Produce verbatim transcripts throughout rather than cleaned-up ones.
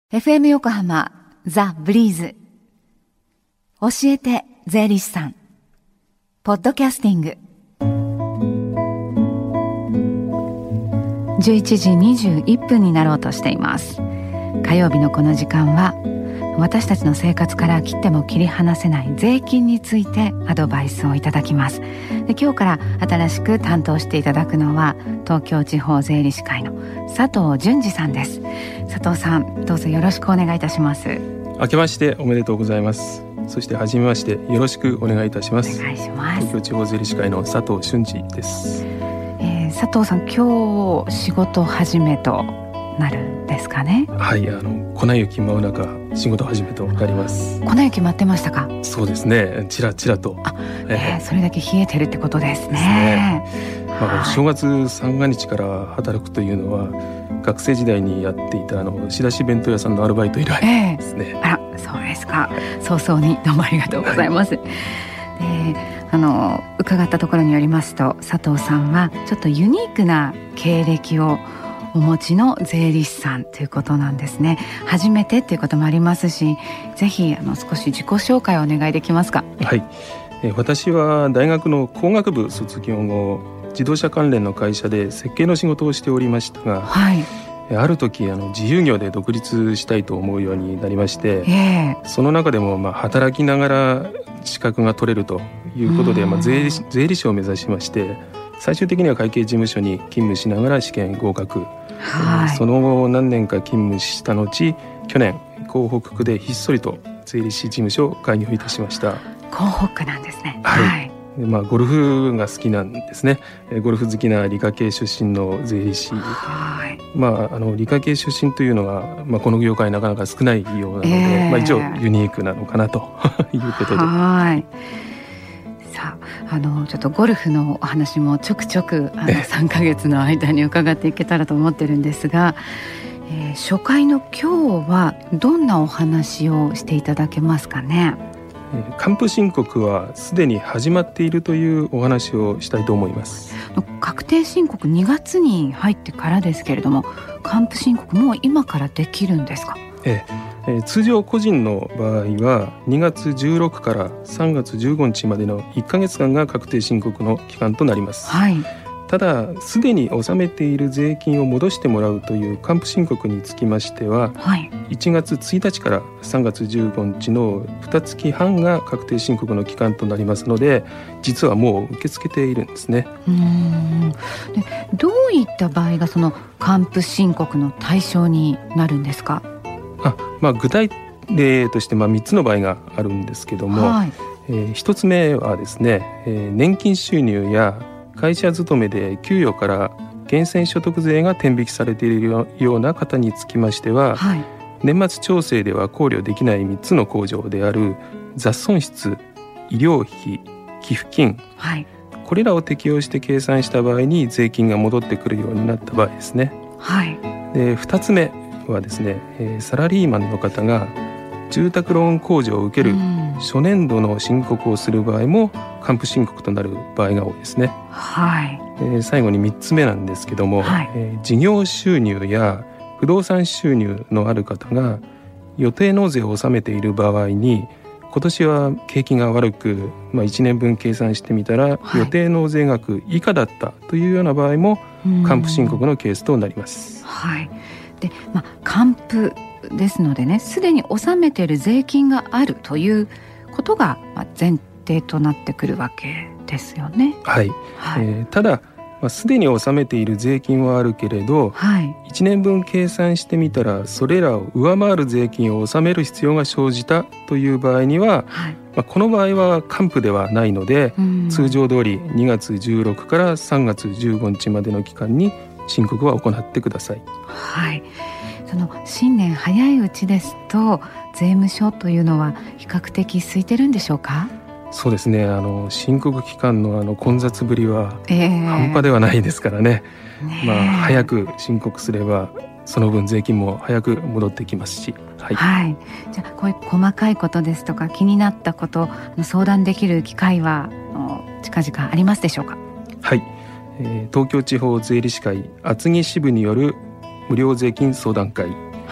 エフエム 横浜ザ・ブリーズ教えて税理士さんポッドキャスティングじゅういちじにじゅういっぷんになろうとしています。火曜日のこの時間は私たちの生活から切っても切り離せない税金についてアドバイスをいただきます。で、今日から新しく担当していただくのは東京地方税理士会の佐藤淳二さんです。佐藤さん、どうぞよろしくお願いいたします。 明けましておめでとうございます。そして初めましてよろしくお願いいたします。 お願いします。 東京地方税理士会の佐藤俊二です。 えー、佐藤さん、今日仕事始めとなるんですかね。 はい、あの粉雪舞う中仕事始めとなります。 粉雪舞ってましたか？ そうですね、ちらちらと。 あ、えー、それだけ冷えてるってことですね。 ですね。まあ、正月三が日から働くというのは学生時代にやっていたあの仕出し弁当屋さんのアルバイト以来ですね。 えー、あら、そうですか。早々にどうもありがとうございます。はい、であの伺ったところによりますと、佐藤さんはちょっとユニークな経歴をお持ちの税理士さんということなんですね。初めてということもありますし、ぜひあの少し自己紹介をお願いできますか？ はい、え私は大学の工学部卒業後、自動車関連の会社で設計の仕事をしておりましたが、はい、ある時あの自由業で独立したいと思うようになりまして、えー、その中でもまあ働きながら資格が取れるということで、まあ、税理士、税理士を目指しまして、最終的には会計事務所に勤務しながら試験合格、はい、その後何年か勤務した後、去年港北区でひっそりと税理士事務所を開業いたしました。 港北区なんですね。 はい、はい、まあ、ゴルフが好きなんですね。ゴルフ好きな理科系出身の税理士、はい、まあ、あの理科系出身というのは、まあ、この業界なかなか少ないようなので、えーまあ、一応ユニークなのかなということで、はい、 さあ、あのちょっとゴルフのお話もちょくちょくあのさんかげつの間に伺っていけたらと思ってるんですが、えー、初回の今日はどんなお話をしていただけますかね？ 還付申告はすでに始まっているというお話をしたいと思います。 確定申告にがつに入ってからですけれども、還付申告もう今からできるんですか？ ええ、通常個人の場合はにがつじゅうろくからさんがつじゅうごにちまでのいっかげつかんが確定申告の期間となります。はい、ただすでに納めている税金を戻してもらうという還付申告につきましては、はい、いちがつついたちからさんがつじゅうごにちのにかげつはんが確定申告の期間となりますので、実はもう受け付けているんですね。 うーん、でどういった場合がその還付申告の対象になるんですか？ あ、まあ、具体例としてまあみっつの場合があるんですけども、はい、えー、ひとつめはですね、えー、年金収入や会社勤めで給与から源泉所得税が天引きされているような方につきましては、はい、年末調整では考慮できないみっつの控除である雑損失、医療費、寄付金、はい、これらを適用して計算した場合に税金が戻ってくるようになった場合ですね。はい、でふたつめはですね、えー、サラリーマンの方が住宅ローン控除を受ける初年度の申告をする場合も還付申告となる場合が多いですね。はい、えー、最後にみっつめなんですけども、はい、えー、事業収入や不動産収入のある方が予定納税を納めている場合に、今年は景気が悪く、まあ、いちねんぶん計算してみたら、はい、予定納税額以下だったというような場合も還付申告のケースとなります。 はい、でまあ、還付ですのでね、すでに納めている税金があるということが前提となってくるわけですよね。 はい、はい、えー、ただ、まあ、すでに納めている税金はあるけれど、はい、いちねんぶん計算してみたらそれらを上回る税金を納める必要が生じたという場合には、はい、まあ、この場合は還付ではないので、通常通りにがつじゅうろくからさんがつじゅうごにちまでの期間に申告は行ってください。 はい、その新年早いうちですと税務署というのは比較的空いてるんでしょうか？ そうですね、あの申告期間のあの混雑ぶりは半端ではないですからね。えー、まあ、早く申告すればその分税金も早く戻ってきますし、はいはい、 じゃあこういう細かいことですとか気になったこと相談できる機会は近々ありますでしょうか？ はい、えー、東京地方税理士会厚木支部による無料税金相談会、はい、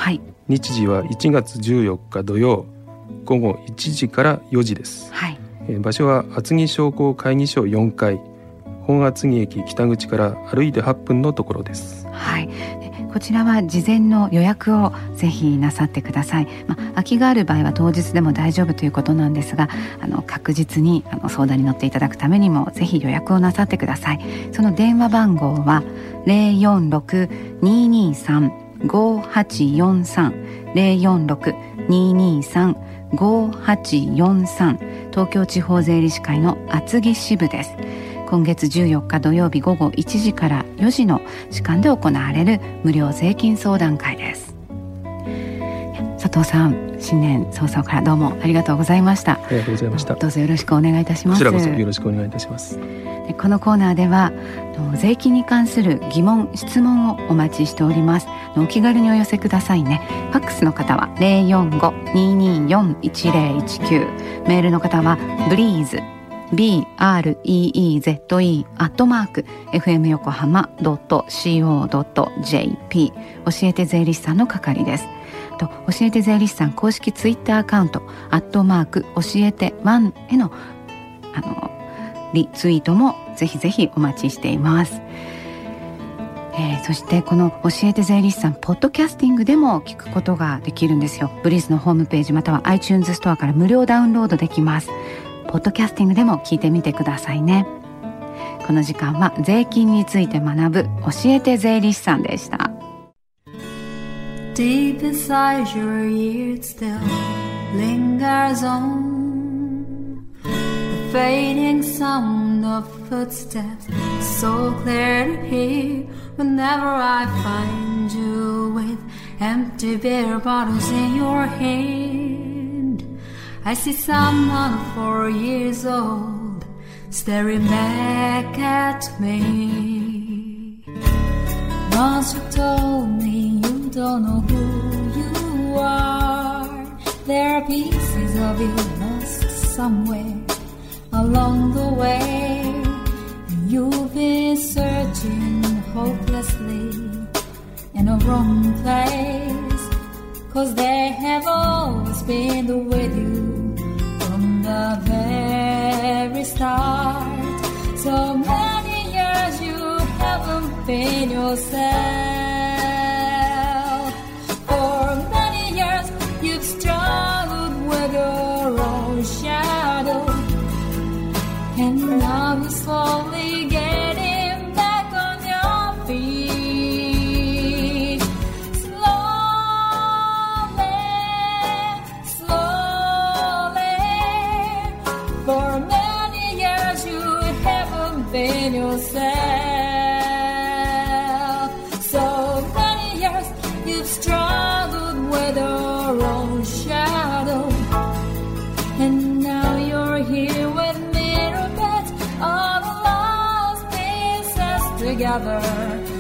日時はいちがつじゅうよっか土曜ごごいちじからよじです、はい、えー、場所は厚木商工会議所よんかい、本厚木駅北口から歩いてはっぷんのところです。 はい、こちらは事前の予約をぜひなさってください。まあ、空きがある場合は当日でも大丈夫ということなんですが、あの確実にあの相談に乗っていただくためにもぜひ予約をなさってください。その電話番号は ゼロよんろく にーにーさん ごーはちよんさん ゼロよんろく にーにーさん ごーはちよんさん、東京地方税理士会の厚木支部です。今月じゅうよっか土曜日ごごいちじからよじの時間で行われる無料税金相談会です。佐藤さん、新年早々からどうもありがとうございました。 ありがとうございました。 どうぞよろしくお願いいたします。 こちらこそよろしくお願いいたします。 このコーナーでは税金に関する疑問質問をお待ちしております。お気軽にお寄せくださいね。ファックスの方は ゼロよんご にーにーよん いちゼロいちきゅう、メールの方は ブリーズ ビーアールイーイーゼットイー アットマーク エフエム 横浜 ドット シーオー ドット ジェーピー 教えて税理士さんの係です。と教えて税理士さん公式ツイッターアカウントアットマーク教えてワンへのあのリツイートもぜひぜひお待ちしています。えー、そしてこの教えて税理士さんポッドキャスティングでも聞くことができるんですよ。ブリーズのホームページまたは iTunes ストアから無料ダウンロードできます。ポッドキャスティングでも聞いてみてくださいね。この時間は税金について学ぶ教えて税理士さんでした。 Deep inside your ears still lingers on the fading sound of footsteps, so clear to hear whenever I find you with empty beer bottles in your hand. I see someone four years old staring back at me. Once you told me you don't know who you are. There are pieces of you lost somewhere along the way. You've been searching hopelessly in a wrong place, 'cause they have always been with you from the very start. So many years you haven't been yourself. For many years you've struggled with your own shadow, and now you're slowly getting back on your feet. Slowly, slowly. For many years you haven't been yourself. So many years you've struggled with your own shadow, and now you're here with me, all the lost pieces together.